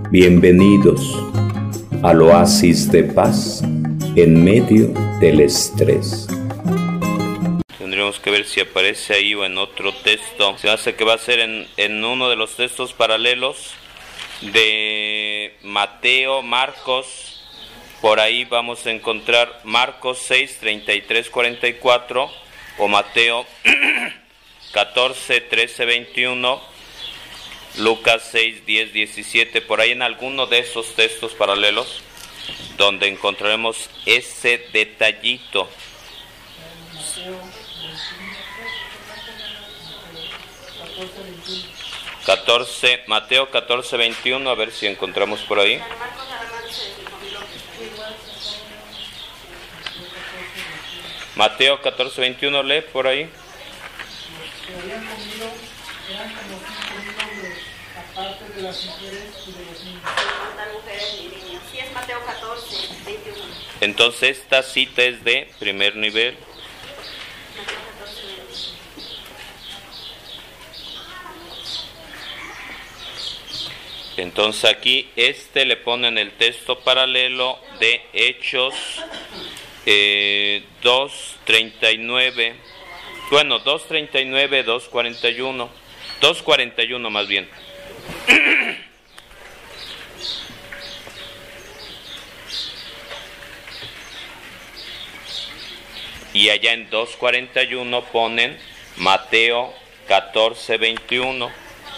Bienvenidos al oasis de paz en medio del estrés. Tendríamos que ver si aparece ahí o en otro texto. Se hace que va a ser en uno de los textos paralelos de Mateo, Marcos. Por ahí vamos a encontrar Marcos 6, 33, 44 o Mateo 14, 13, 21, Lucas 6, 10, 17. Por ahí en alguno de esos textos paralelos donde encontraremos ese detallito. Mateo 14, 21, a ver si encontramos por ahí. Mateo 14, 21, lee por ahí. Aparte de las mujeres y de los niños. Sí, es Mateo 14, 21. Entonces esta cita es de primer nivel. Entonces aquí le pone en el texto paralelo de Hechos 2.39. Bueno, 2.39, 2.41. 2.41 más bien. Y allá en 2.41 ponen Mateo 14.21.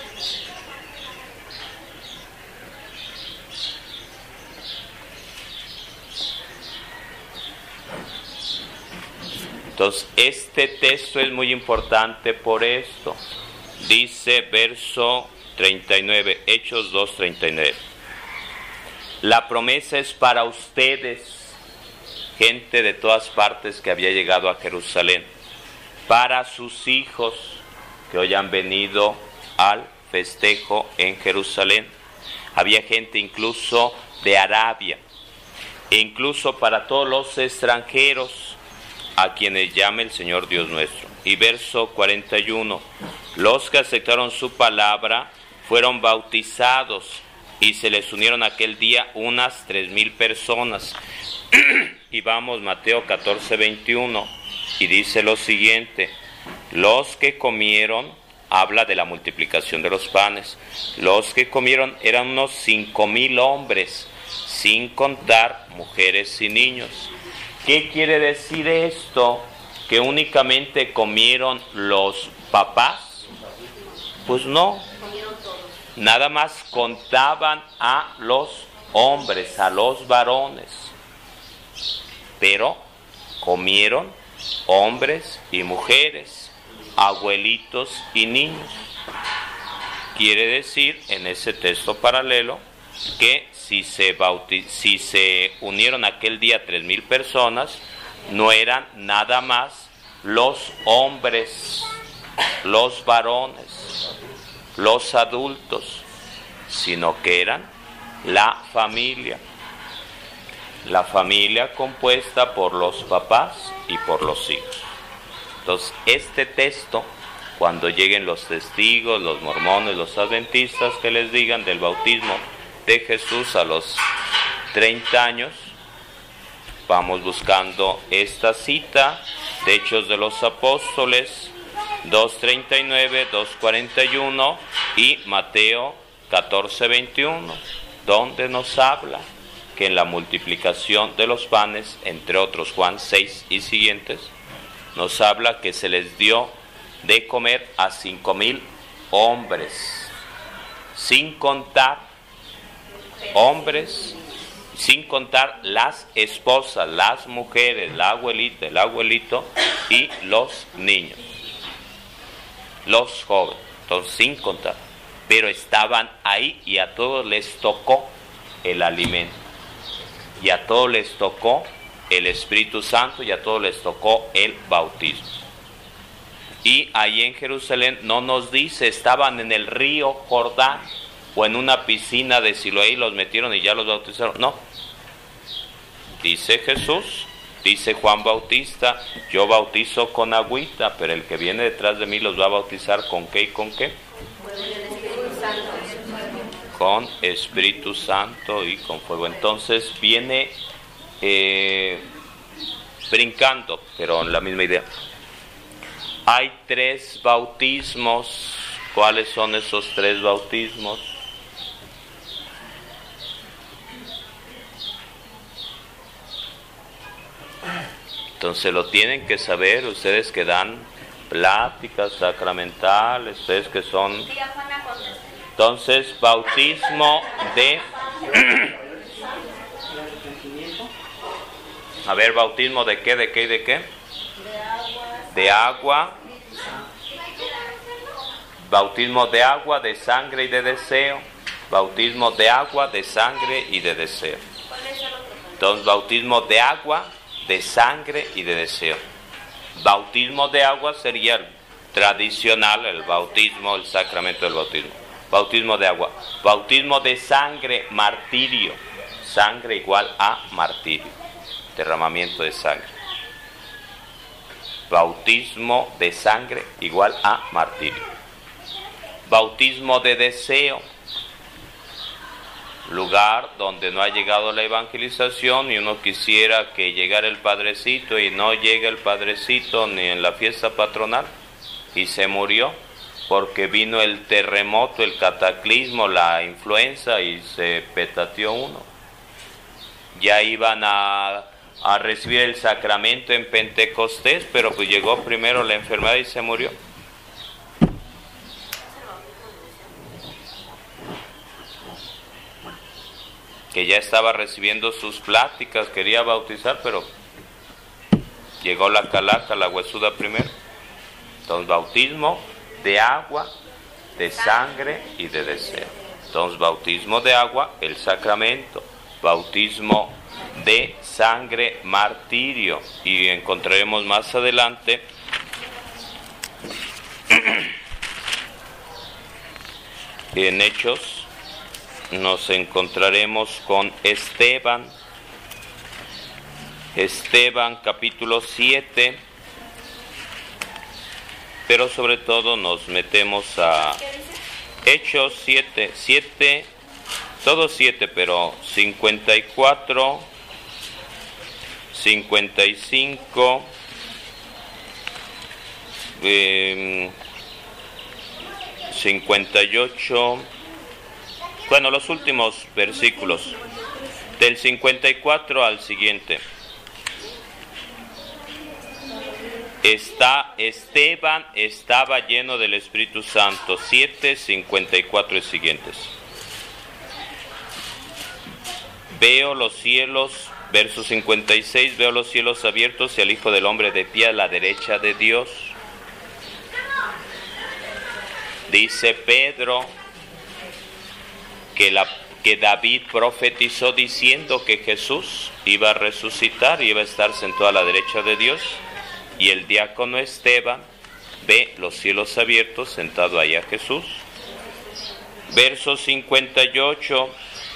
Entonces, este texto es muy importante por esto. Dice verso 39, Hechos 2:39. La promesa es para ustedes, gente de todas partes que había llegado a Jerusalén, para sus hijos que hoy han venido al festejo en Jerusalén. Había gente incluso de Arabia, e incluso para todos los extranjeros a quienes llame el Señor Dios nuestro. Y verso 41, los que aceptaron su palabra fueron bautizados y se les unieron aquel día unas 3,000 personas. Y vamos, Mateo 14, 21, y dice lo siguiente: los que comieron, habla de la multiplicación de los panes, los que comieron eran unos 5,000 hombres, sin contar mujeres y niños. ¿Qué quiere decir esto? ¿Que únicamente comieron los papás? Pues no. Nada más contaban a los hombres, a los varones. Pero comieron hombres y mujeres, abuelitos y niños. Quiere decir, en ese texto paralelo, que si se unieron aquel día 3,000 personas, no eran nada más los hombres, los varones, los adultos, sino que eran la familia compuesta por los papás y por los hijos. Entonces, este texto, cuando lleguen los testigos, los mormones, los adventistas, que les digan del bautismo de Jesús a los 30 años, vamos buscando esta cita de Hechos de los Apóstoles 2.39, 2.41 y Mateo 14.21, donde nos habla que en la multiplicación de los panes, entre otros Juan 6 y siguientes, nos habla que se les dio de comer a 5,000 hombres, sin contar hombres, sin contar las esposas, las mujeres, la abuelita, el abuelito y los niños, los jóvenes, entonces sin contar. Pero estaban ahí y a todos les tocó el alimento, y a todos les tocó el Espíritu Santo, y a todos les tocó el bautismo. Y ahí en Jerusalén no nos dice estaban en el río Jordán o en una piscina de Siloé y los metieron y ya los bautizaron. No. Dice Jesús, dice Juan Bautista: yo bautizo con agüita, pero el que viene detrás de mí los va a bautizar ¿con qué y con qué? con Espíritu Santo y con fuego. Entonces viene brincando, pero en la misma idea. Hay 3 bautismos. ¿Cuáles son esos 3 bautismos? Entonces lo tienen que saber ustedes que dan pláticas sacramentales, ustedes que son... Entonces, bautismo de... A ver, bautismo de qué, de qué y de qué. De agua. Bautismo de agua, de sangre y de deseo. Bautismo de agua, de sangre y de deseo. Entonces, bautismo de agua, de sangre y de deseo. Bautismo de agua sería el tradicional, el bautismo, el sacramento del bautismo. Bautismo de agua. Bautismo de sangre, martirio. Sangre igual a martirio. Derramamiento de sangre. Bautismo de sangre igual a martirio. Bautismo de deseo. Lugar donde no ha llegado la evangelización y uno quisiera que llegara el Padrecito y no llega el Padrecito ni en la fiesta patronal y se murió porque vino el terremoto, el cataclismo, la influenza y se petateó uno. Ya iban a recibir el sacramento en Pentecostés, pero pues llegó primero la enfermedad y se murió. Que ya estaba recibiendo sus pláticas, quería bautizar, pero llegó la calaca, la huesuda primero. Entonces, bautismo de agua, de sangre y de deseo. Entonces, bautismo de agua, el sacramento. Bautismo de sangre, martirio. Y encontraremos más adelante en Hechos. Nos encontraremos con Esteban capítulo 7, pero sobre todo nos metemos a Hechos 7, todos 7, pero 54, 55, 58, bueno, los últimos versículos, del 54 al siguiente. Esteban estaba lleno del Espíritu Santo, 7, 54 y siguientes. Veo los cielos, verso 56, veo los cielos abiertos y al Hijo del Hombre de pie a la derecha de Dios. Dice Pedro que David profetizó diciendo que Jesús iba a resucitar y iba a estar sentado a la derecha de Dios. Y el diácono Esteban ve los cielos abiertos, sentado ahí a Jesús. Verso 58,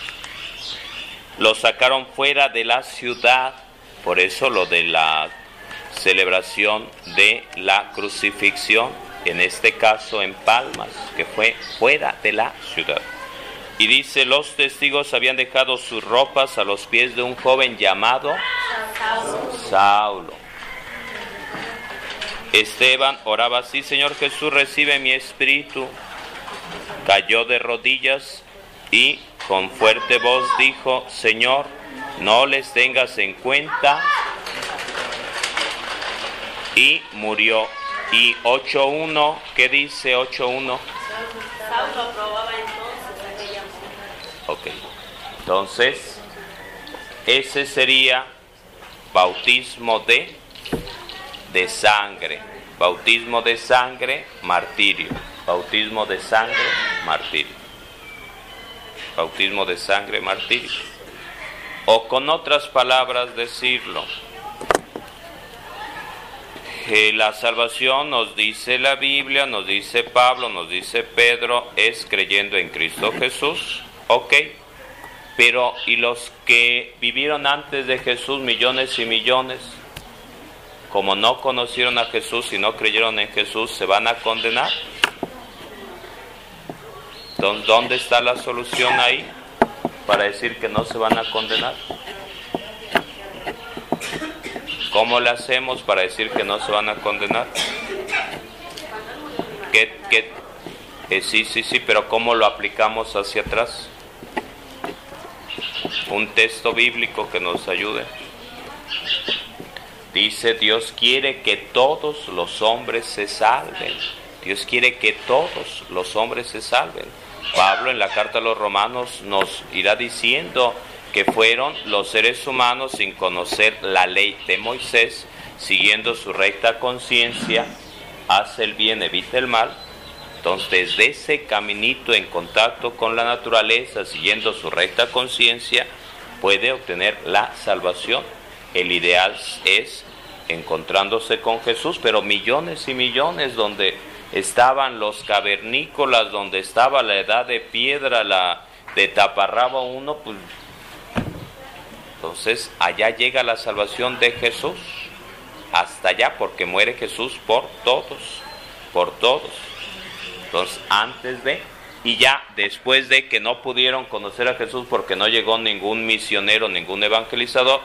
lo sacaron fuera de la ciudad, por eso lo de la celebración de la crucifixión, en este caso en Palmas, que fue fuera de la ciudad. Y dice, los testigos habían dejado sus ropas a los pies de un joven llamado Saulo. Esteban oraba así: Señor Jesús, recibe mi espíritu. Cayó de rodillas y con fuerte voz dijo: Señor, no les tengas en cuenta. Y murió. Y 8.1, ¿qué dice 8.1? Saulo aprobaba entonces aquella muerte. Ok, entonces ese sería bautismo de sangre. Bautismo de sangre, martirio. Bautismo de sangre, martirio. Bautismo de sangre, martirio. O con otras palabras decirlo, la salvación, nos dice la Biblia, nos dice Pablo, nos dice Pedro, es creyendo en Cristo Jesús. Ok, pero ¿y los que vivieron antes de Jesús, millones y millones? Como no conocieron a Jesús y no creyeron en Jesús, ¿se van a condenar? Entonces, ¿dónde está la solución ahí para decir que no se van a condenar? ¿Cómo le hacemos para decir que no se van a condenar? Sí, pero ¿cómo lo aplicamos hacia atrás? Un texto bíblico que nos ayude. Dice, Dios quiere que todos los hombres se salven. Dios quiere que todos los hombres se salven. Pablo en la carta a los Romanos nos irá diciendo que fueron los seres humanos sin conocer la ley de Moisés, siguiendo su recta conciencia, hace el bien, evita el mal. Entonces, desde ese caminito en contacto con la naturaleza, siguiendo su recta conciencia, puede obtener la salvación. El ideal es encontrándose con Jesús, pero millones y millones donde estaban los cavernícolas, donde estaba la edad de piedra, la de taparraba uno, pues entonces allá llega la salvación de Jesús, hasta allá, porque muere Jesús por todos. Entonces, antes de, y ya después de que no pudieron conocer a Jesús porque no llegó ningún misionero, ningún evangelizador,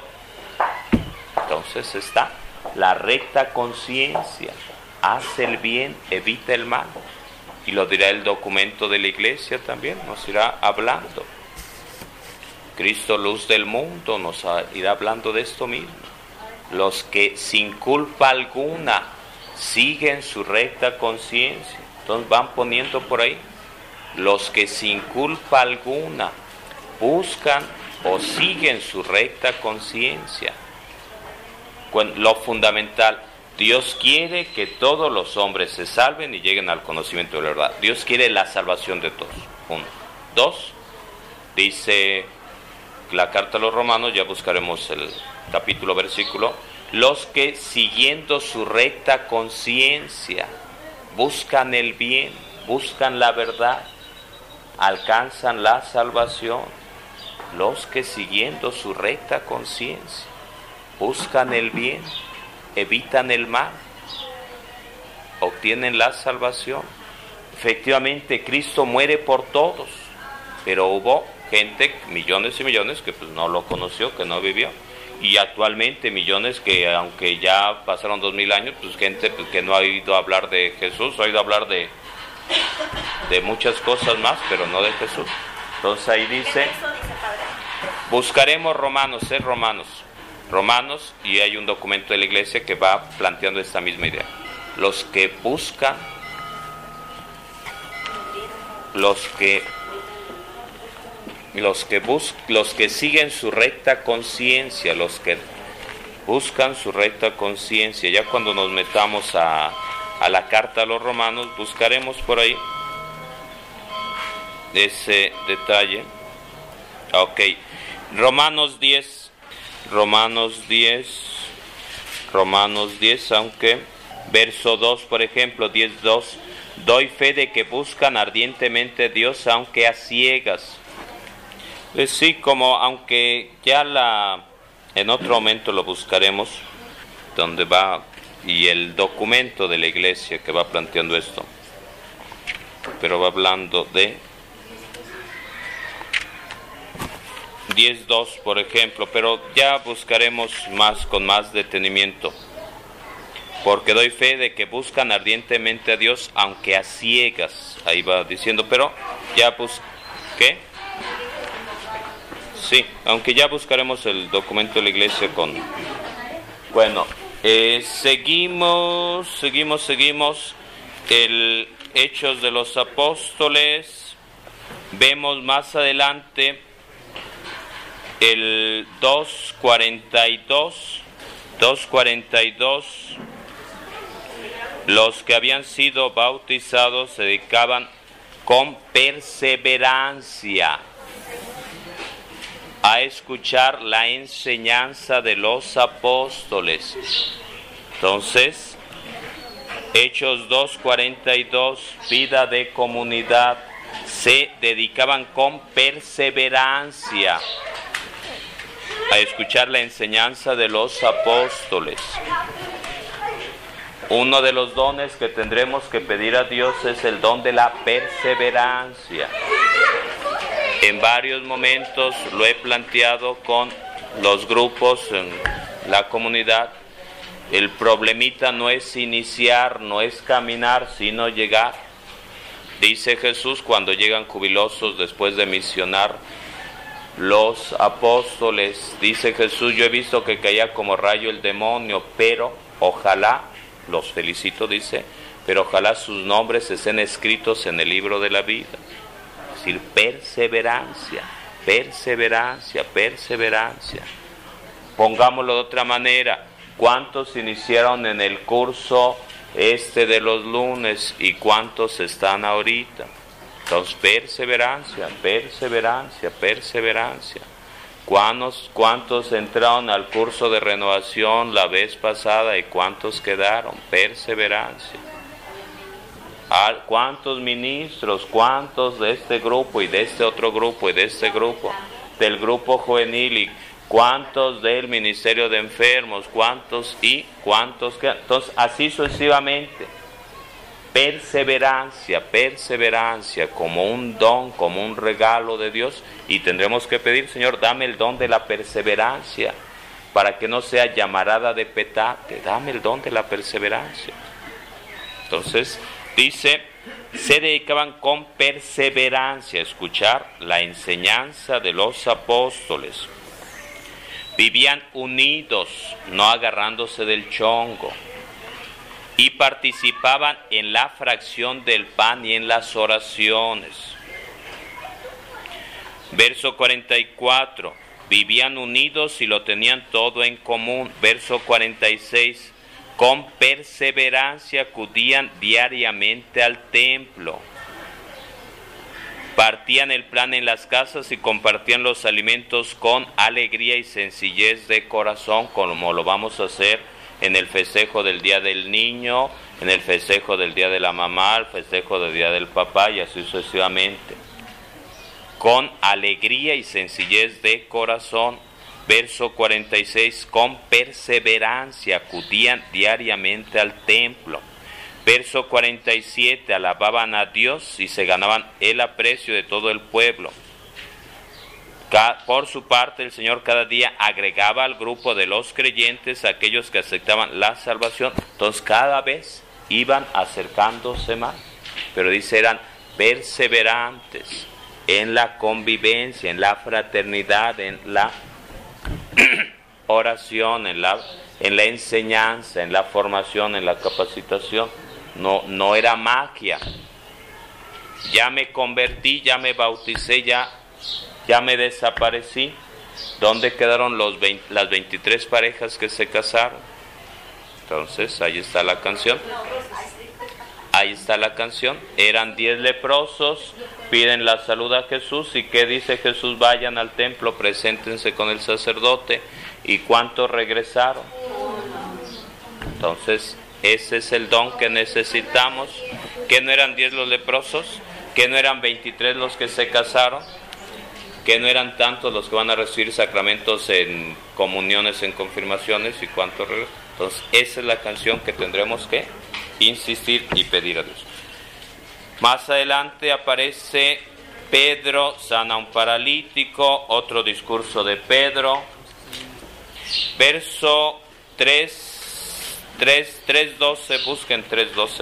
entonces está la recta conciencia, hace el bien, evita el mal. Y lo dirá el documento de la iglesia también, nos irá hablando. Cristo, luz del mundo, nos irá hablando de esto mismo. Los que sin culpa alguna siguen su recta conciencia. Entonces van poniendo por ahí, los que sin culpa alguna buscan o siguen su recta conciencia. Lo fundamental, Dios quiere que todos los hombres se salven y lleguen al conocimiento de la verdad. Dios quiere la salvación de todos. 1. 2, dice la carta a los Romanos, ya buscaremos el capítulo, versículo, los que siguiendo su recta conciencia buscan el bien, buscan la verdad, alcanzan la salvación. Los que siguiendo su recta conciencia buscan el bien, evitan el mal, obtienen la salvación. Efectivamente, Cristo muere por todos, pero hubo gente, millones y millones, que pues no lo conoció, que no vivió. Y actualmente millones que, aunque ya pasaron 2000 años, pues gente pues, que no ha oído hablar de Jesús, ha oído hablar de muchas cosas más, pero no de Jesús. Entonces ahí dice, buscaremos Romanos, y hay un documento de la iglesia que va planteando esta misma idea. Los que buscan, los que siguen su recta conciencia, los que buscan su recta conciencia. Ya cuando nos metamos a la carta a los Romanos, buscaremos por ahí ese detalle. Ok, Romanos 10, aunque verso 2, por ejemplo, 10:2, doy fe de que buscan ardientemente a Dios, aunque a ciegas. Sí, como aunque ya en otro momento lo buscaremos, donde va, y el documento de la iglesia que va planteando esto, pero va hablando de 10:2, por ejemplo, pero ya buscaremos con más detenimiento. Porque doy fe de que buscan ardientemente a Dios, aunque a ciegas. Ahí va diciendo, pero ya ¿qué? Sí, aunque ya buscaremos el documento de la iglesia con... Bueno, seguimos. El Hechos de los Apóstoles. Vemos más adelante el 2:42. Los que habían sido bautizados se dedicaban con perseverancia a escuchar la enseñanza de los apóstoles. Entonces, Hechos 2:42, vida de comunidad, se dedicaban con perseverancia a escuchar la enseñanza de los apóstoles. Uno de los dones que tendremos que pedir a Dios es el don de la perseverancia. En varios momentos lo he planteado con los grupos en la comunidad. El problemita no es iniciar, no es caminar, sino llegar. Dice Jesús cuando llegan jubilosos después de misionar los apóstoles, dice Jesús, yo he visto que caía como rayo el demonio, pero ojalá, los felicito, dice, pero ojalá sus nombres estén escritos en el libro de la vida. Es decir, perseverancia, perseverancia, perseverancia. Pongámoslo de otra manera, ¿cuántos iniciaron en el curso de los lunes y cuántos están ahorita? Entonces, perseverancia, perseverancia, perseverancia. ¿Cuántos entraron al curso de renovación la vez pasada y cuántos quedaron? Perseverancia. ¿Cuántos ministros? ¿Cuántos de este grupo y de este otro grupo y de este grupo? Del grupo juvenil y cuántos del ministerio de enfermos, cuántos y cuántos quedan. Entonces, así sucesivamente. Perseverancia, perseverancia, como un don, como un regalo de Dios, y tendremos que pedir, Señor, dame el don de la perseverancia, para que no sea llamarada de petate, dame el don de la perseverancia. Entonces, dice, se dedicaban con perseverancia a escuchar la enseñanza de los apóstoles, vivían unidos, no agarrándose del chongo, y participaban en la fracción del pan y en las oraciones. Verso 44, vivían unidos y lo tenían todo en común. Verso 46, con perseverancia acudían diariamente al templo. Partían el pan en las casas y compartían los alimentos con alegría y sencillez de corazón, como lo vamos a hacer en el festejo del Día del Niño, en el festejo del Día de la Mamá, el festejo del Día del Papá y así sucesivamente. Con alegría y sencillez de corazón. Verso 46, con perseverancia acudían diariamente al templo. Verso 47, alababan a Dios y se ganaban el aprecio de todo el pueblo. Por su parte, el Señor cada día agregaba al grupo de los creyentes a aquellos que aceptaban la salvación. Entonces, cada vez iban acercándose más. Pero dice, eran perseverantes en la convivencia, en la fraternidad, en la oración, en la enseñanza, en la formación, en la capacitación. No era magia. Ya me convertí, ya me bauticé, ya me desaparecí. ¿Dónde quedaron las 23 parejas que se casaron? Entonces, ahí está la canción. Ahí está la canción. Eran 10 leprosos, piden la salud a Jesús. ¿Y qué dice Jesús? Vayan al templo, preséntense con el sacerdote. ¿Y cuántos regresaron? Entonces, ese es el don que necesitamos. ¿Que no eran 10 los leprosos? ¿Que no eran 23 los que se casaron? ¿Que no eran tantos los que van a recibir sacramentos en comuniones, en confirmaciones? ¿Y cuántos regresan? Entonces, esa es la canción que tendremos que insistir y pedir a Dios. Más adelante aparece Pedro, sana a un paralítico, otro discurso de Pedro. Verso 3:12, busquen 3:12.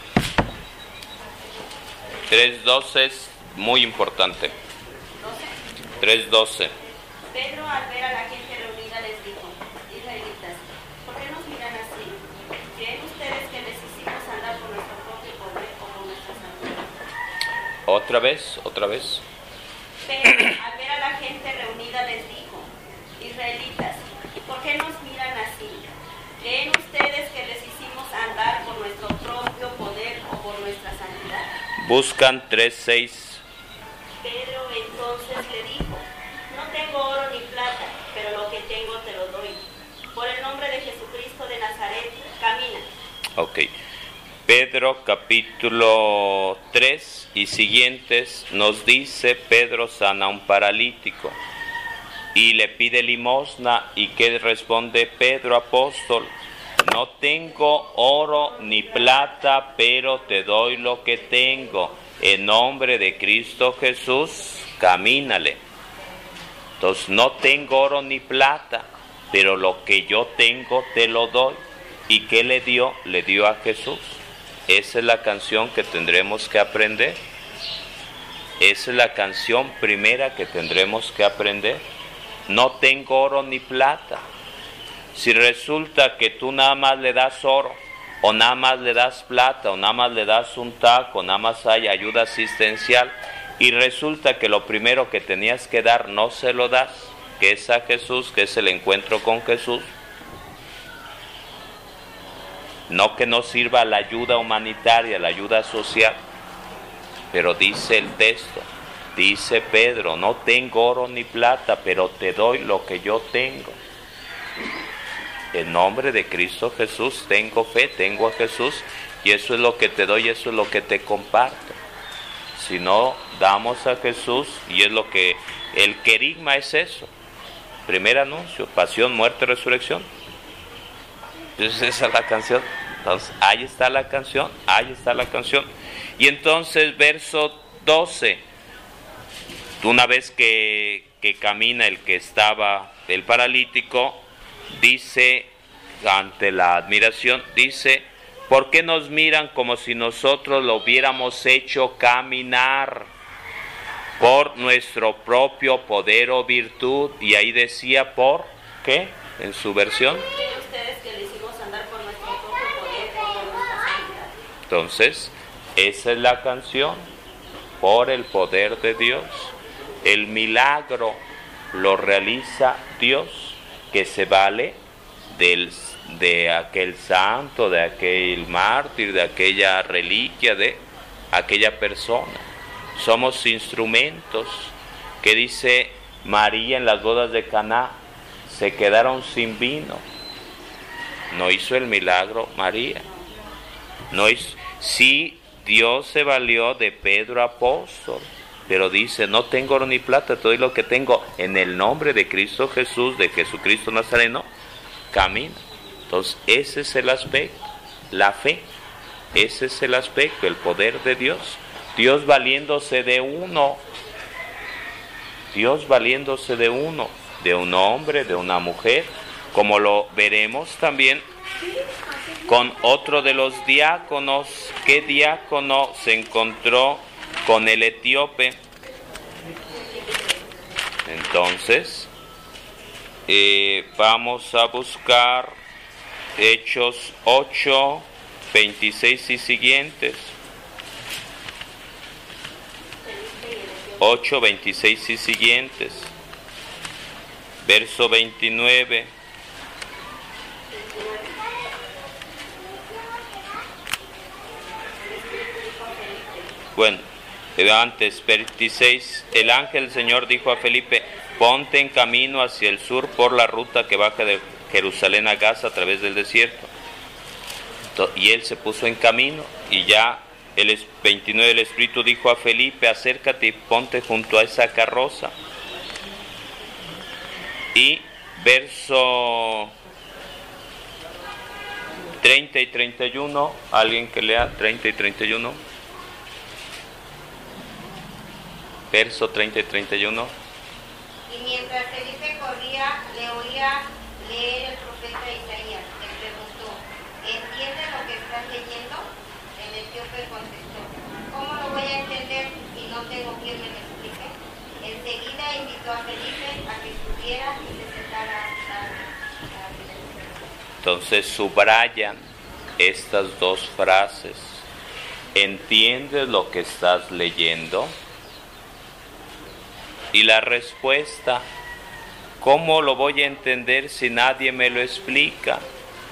3:12 es muy importante. 3:12. Pedro, al ver a la gente reunida, les dijo: Israelitas, ¿por qué nos miran así? ¿Creen ustedes que les hicimos andar por nuestro propio poder o por nuestra santidad? Otra vez. Pedro, al ver a la gente reunida, les dijo: Israelitas, ¿por qué nos miran así? ¿Creen ustedes que les hicimos andar por nuestro propio poder o por nuestra santidad? Buscan 3:6. Pedro entonces le dijo: No tengo oro ni plata, pero lo que tengo te lo doy. Por el nombre de Jesucristo de Nazaret, camina. Ok. Pedro capítulo 3 y siguientes nos dice, Pedro sana a un paralítico y le pide limosna. ¿Y qué responde Pedro apóstol? No tengo oro ni plata, pero te doy lo que tengo. En nombre de Cristo Jesús, camínale. Entonces, no tengo oro ni plata, pero lo que yo tengo te lo doy. ¿Y qué le dio? Le dio a Jesús. Esa es la canción que tendremos que aprender. Esa es la canción primera que tendremos que aprender. No tengo oro ni plata. Si resulta que tú nada más le das oro, o nada más le das plata, o nada más le das un taco, nada más hay ayuda asistencial, y resulta que lo primero que tenías que dar no se lo das, que es a Jesús, que es el encuentro con Jesús, no que no sirva la ayuda humanitaria, la ayuda social, pero dice el texto, dice Pedro, no tengo oro ni plata, pero te doy lo que yo tengo. En nombre de Cristo Jesús tengo fe, tengo a Jesús, y eso es lo que te doy, eso es lo que te comparto. Si no damos a Jesús, y es lo que el querigma es eso, primer anuncio, pasión, muerte, resurrección. Entonces esa es la canción. Entonces ahí está la canción, ahí está la canción. Y entonces verso 12, una vez que camina el que estaba, el paralítico, dice, ante la admiración, dice, ¿por qué nos miran como si nosotros lo hubiéramos hecho caminar por nuestro propio poder o virtud? Y ahí decía, ¿por qué? En su versión. Ustedes que le hicimos andar por nuestro propio poder, por nuestra sanidad. Entonces, esa es la canción, por el poder de Dios. El milagro lo realiza Dios, que se vale de aquel santo, de aquel mártir, de aquella reliquia, de aquella persona. Somos instrumentos. Que dice María en las bodas de Caná, se quedaron sin vino. No hizo el milagro María. No hizo. Sí, Dios se valió de Pedro apóstol, pero dice, no tengo oro ni plata, te doy lo que tengo. En el nombre de Cristo Jesús, de Jesucristo Nazareno, camina. Entonces, ese es el aspecto, la fe. Ese es el aspecto, el poder de Dios. Dios valiéndose de uno. Dios valiéndose de uno, de un hombre, de una mujer, como lo veremos también con otro de los diáconos. ¿Qué diácono se encontró con el etíope? Entonces, vamos a buscar Hechos 8, 26 y siguientes. 8, 26 y siguientes. Verso 29. Bueno, antes, 26. El ángel del Señor dijo a Felipe, ponte en camino hacia el sur por la ruta que baja de Jerusalén a Gaza a través del desierto. Y él se puso en camino, y ya el 29, el Espíritu dijo a Felipe, acércate y ponte junto a esa carroza. Y verso 30 y 31, alguien que lea 30 y 31. Verso 30 y 31. Y mientras Felipe corría, le oía leer el profeta Isaías. Le preguntó, ¿entiendes lo que estás leyendo? El etíope contestó, ¿cómo lo voy a entender si no tengo quien me lo explique? Enseguida invitó a Felipe a que subiera y se sentara a Entonces subrayan estas dos frases. ¿Entiendes lo que estás leyendo? Y la respuesta, ¿cómo lo voy a entender si nadie me lo explica?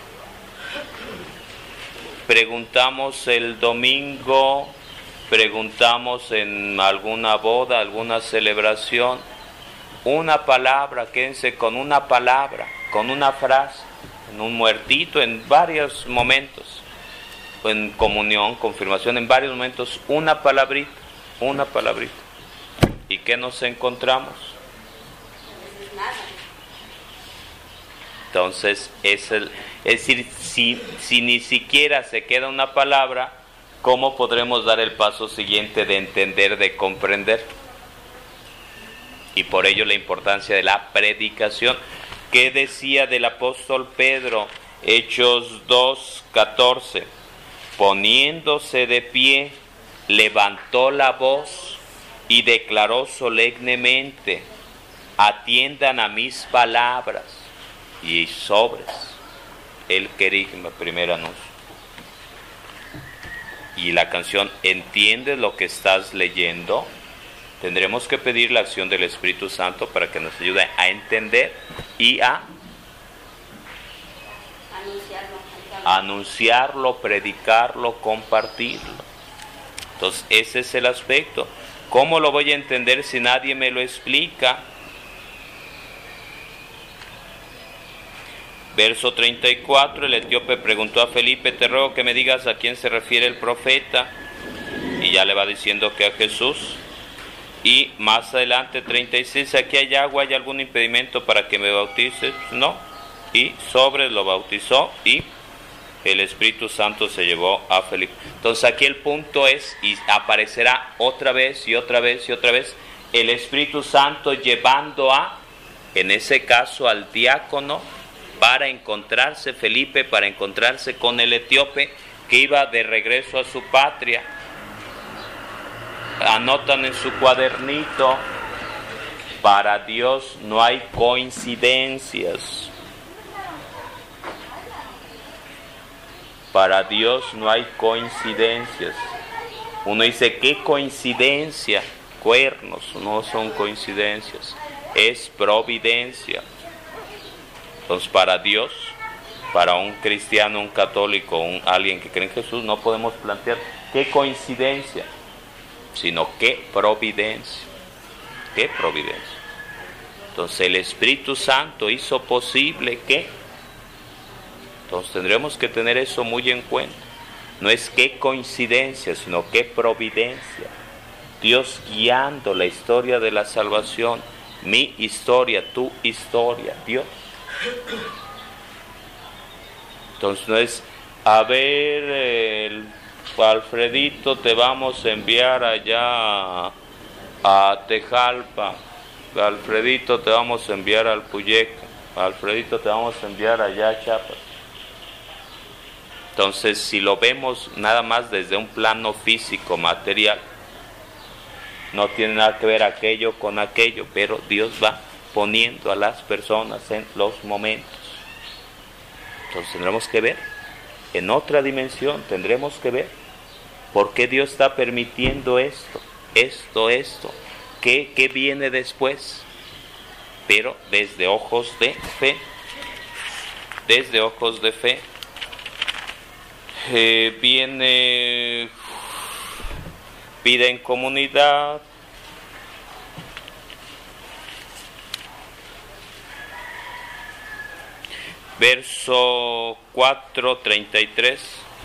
Preguntamos el domingo, preguntamos en alguna boda, alguna celebración, una palabra, quédense con una palabra, con una frase, en un muertito, en varios momentos, en comunión, confirmación, en varios momentos, una palabrita, una palabrita. ¿Y qué nos encontramos? Entonces, es decir, si ni siquiera se queda una palabra, ¿cómo podremos dar el paso siguiente de entender, de comprender? Y por ello la importancia de la predicación. ¿Qué decía del apóstol Pedro? Hechos 2:14. Poniéndose de pie, levantó la voz y declaró solemnemente: atiendan a mis palabras. Y sobres el querigma, primer anuncio. Y la canción, ¿entiendes lo que estás leyendo? Tendremos que pedir la acción del Espíritu Santo para que nos ayude a entender y a anunciarlo, predicarlo, compartirlo. Entonces, ese es el aspecto. ¿Cómo lo voy a entender si nadie me lo explica? Verso 34, el etíope preguntó a Felipe: te ruego que me digas a quién se refiere el profeta. Y ya le va diciendo que a Jesús. Y más adelante, 36, aquí hay agua, ¿hay algún impedimento para que me bautices? No. Y sobre lo bautizó y el Espíritu Santo se llevó a Felipe. Entonces aquí el punto es, y aparecerá otra vez y otra vez y otra vez, el Espíritu Santo llevando en ese caso al diácono, para encontrarse Felipe, para encontrarse con el etíope que iba de regreso a su patria. Anotan en su cuadernito: para Dios no hay coincidencias. Para Dios no hay coincidencias. Uno dice, ¿qué coincidencia? Cuernos, no son coincidencias, es providencia. Entonces, para Dios, para un cristiano, un católico, alguien que cree en Jesús, no podemos plantear qué coincidencia, sino qué providencia. ¿Qué providencia? Entonces, el Espíritu Santo hizo posible que... Entonces, tendremos que tener eso muy en cuenta. No es qué coincidencia, sino qué providencia. Dios guiando la historia de la salvación. Mi historia, tu historia, Dios. Entonces no es, a ver, Alfredito, te vamos a enviar allá a Tejalpa, Alfredito, te vamos a enviar al Puyeca, Alfredito, te vamos a enviar allá a Chiapas. Entonces, si lo vemos nada más desde un plano físico, material, no tiene nada que ver aquello con aquello, pero Dios va poniendo a las personas en los momentos. Entonces tendremos que ver, en otra dimensión tendremos que ver por qué Dios está permitiendo esto, qué viene después, pero desde ojos de fe, viene vida en comunidad. Verso 4:33.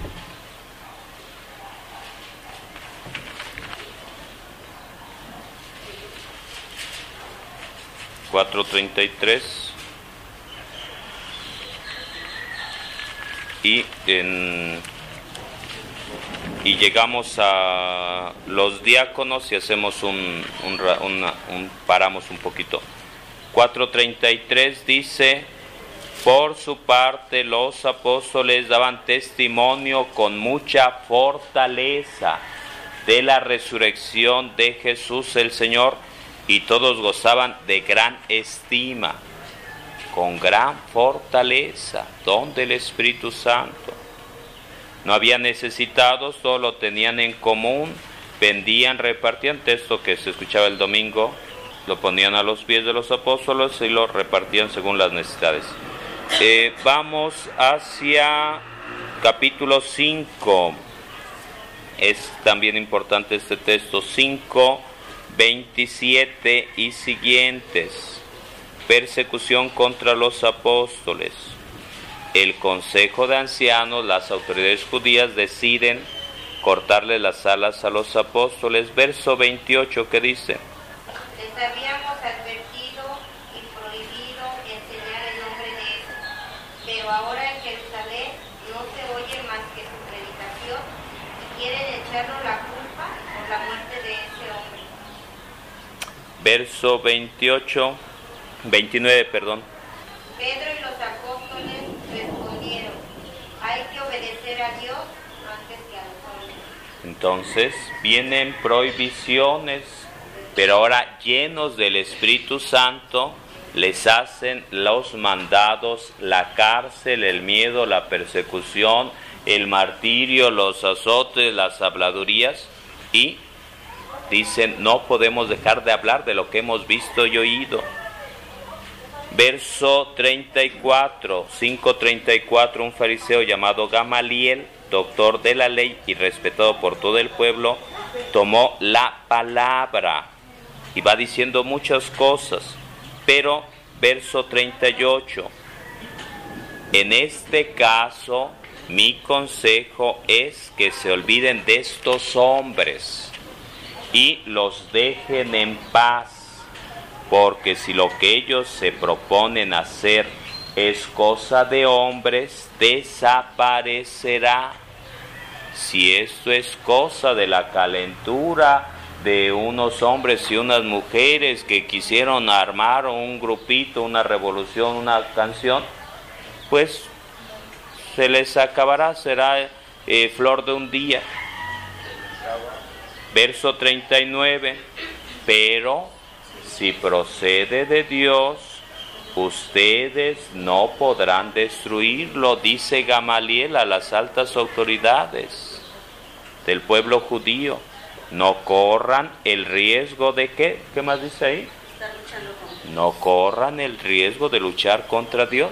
Y llegamos a los diáconos y hacemos paramos un poquito. 4:33 dice: por su parte los apóstoles daban testimonio con mucha fortaleza de la resurrección de Jesús el Señor, y todos gozaban de gran estima, con gran fortaleza, don del Espíritu Santo. No había necesitados, todo lo tenían en común, vendían, repartían, texto que se escuchaba el domingo, lo ponían a los pies de los apóstoles y lo repartían según las necesidades. Vamos hacia capítulo 5. Es también importante este texto, 5:27 y siguientes. Persecución contra los apóstoles. El consejo de ancianos, las autoridades judías deciden cortarle las alas a los apóstoles. Verso 28, ¿qué dice? Les habíamos advertido y prohibido enseñar el nombre de verso 29, perdón. Pedro y los apóstoles respondieron: hay que obedecer a Dios antes que a los hombres. Entonces vienen prohibiciones, pero ahora llenos del Espíritu Santo, les hacen los mandados, la cárcel, el miedo, la persecución, el martirio, los azotes, las habladurías, y dicen, no podemos dejar de hablar de lo que hemos visto y oído. Verso 34, 5:34, un fariseo llamado Gamaliel, doctor de la ley y respetado por todo el pueblo, tomó la palabra y va diciendo muchas cosas. Pero, verso 38, en este caso, mi consejo es que se olviden de estos hombres y los dejen en paz, porque si lo que ellos se proponen hacer es cosa de hombres, desaparecerá. Si esto es cosa de la calentura de unos hombres y unas mujeres que quisieron armar un grupito, una revolución, una canción, pues se les acabará, será flor de un día. Verso 39, pero si procede de Dios, ustedes no podrán destruirlo, dice Gamaliel a las altas autoridades del pueblo judío. No corran el riesgo de ¿qué? ¿Qué más dice ahí? No corran el riesgo de luchar contra Dios.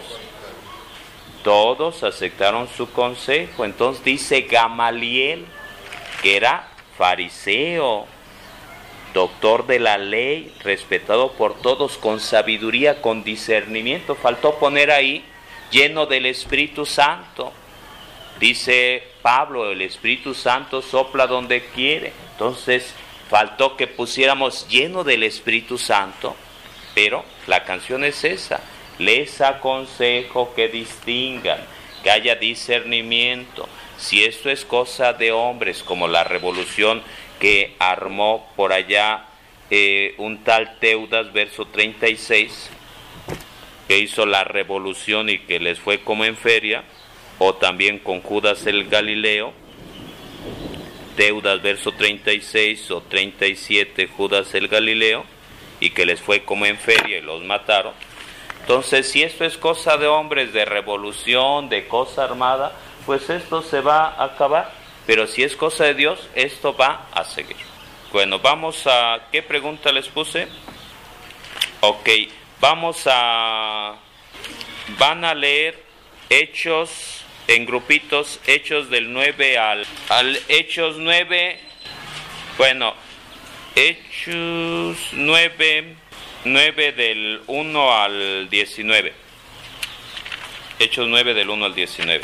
Todos aceptaron su consejo. Entonces dice Gamaliel, que era fariseo, doctor de la ley, respetado por todos, con sabiduría, con discernimiento. Faltó poner ahí, lleno del Espíritu Santo. Dice Pablo, el Espíritu Santo sopla donde quiere. Entonces faltó que pusiéramos lleno del Espíritu Santo, pero la canción es esa. Les aconsejo que distingan, que haya discernimiento. Si esto es cosa de hombres, como la revolución que armó por allá un tal Teudas, verso 36, que hizo la revolución y que les fue como en feria, o también con Judas el Galileo, Teudas, verso 36 o 37, Judas el Galileo, y que les fue como en feria y los mataron. Entonces, si esto es cosa de hombres, de revolución, de cosa armada, pues esto se va a acabar. Pero si es cosa de Dios, esto va a seguir. Bueno, vamos a... ¿Qué pregunta les puse? Ok, van a leer Hechos en grupitos, Hechos del 9 al Hechos 9, bueno, Hechos 9 del 1 al 19. Hechos 9 del 1 al 19.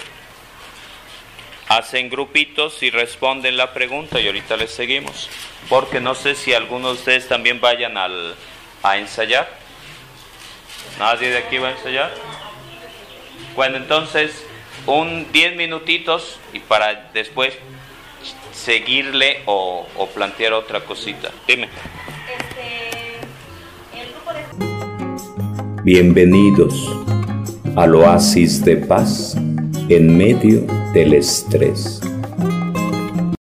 Hacen grupitos y responden la pregunta y ahorita les seguimos. Porque no sé si algunos de ustedes también vayan a ensayar. ¿Nadie de aquí va a ensayar? Bueno, entonces, 10 minutitos y para después seguirle o plantear otra cosita. Dime. Bienvenidos al oasis de paz en medio del estrés.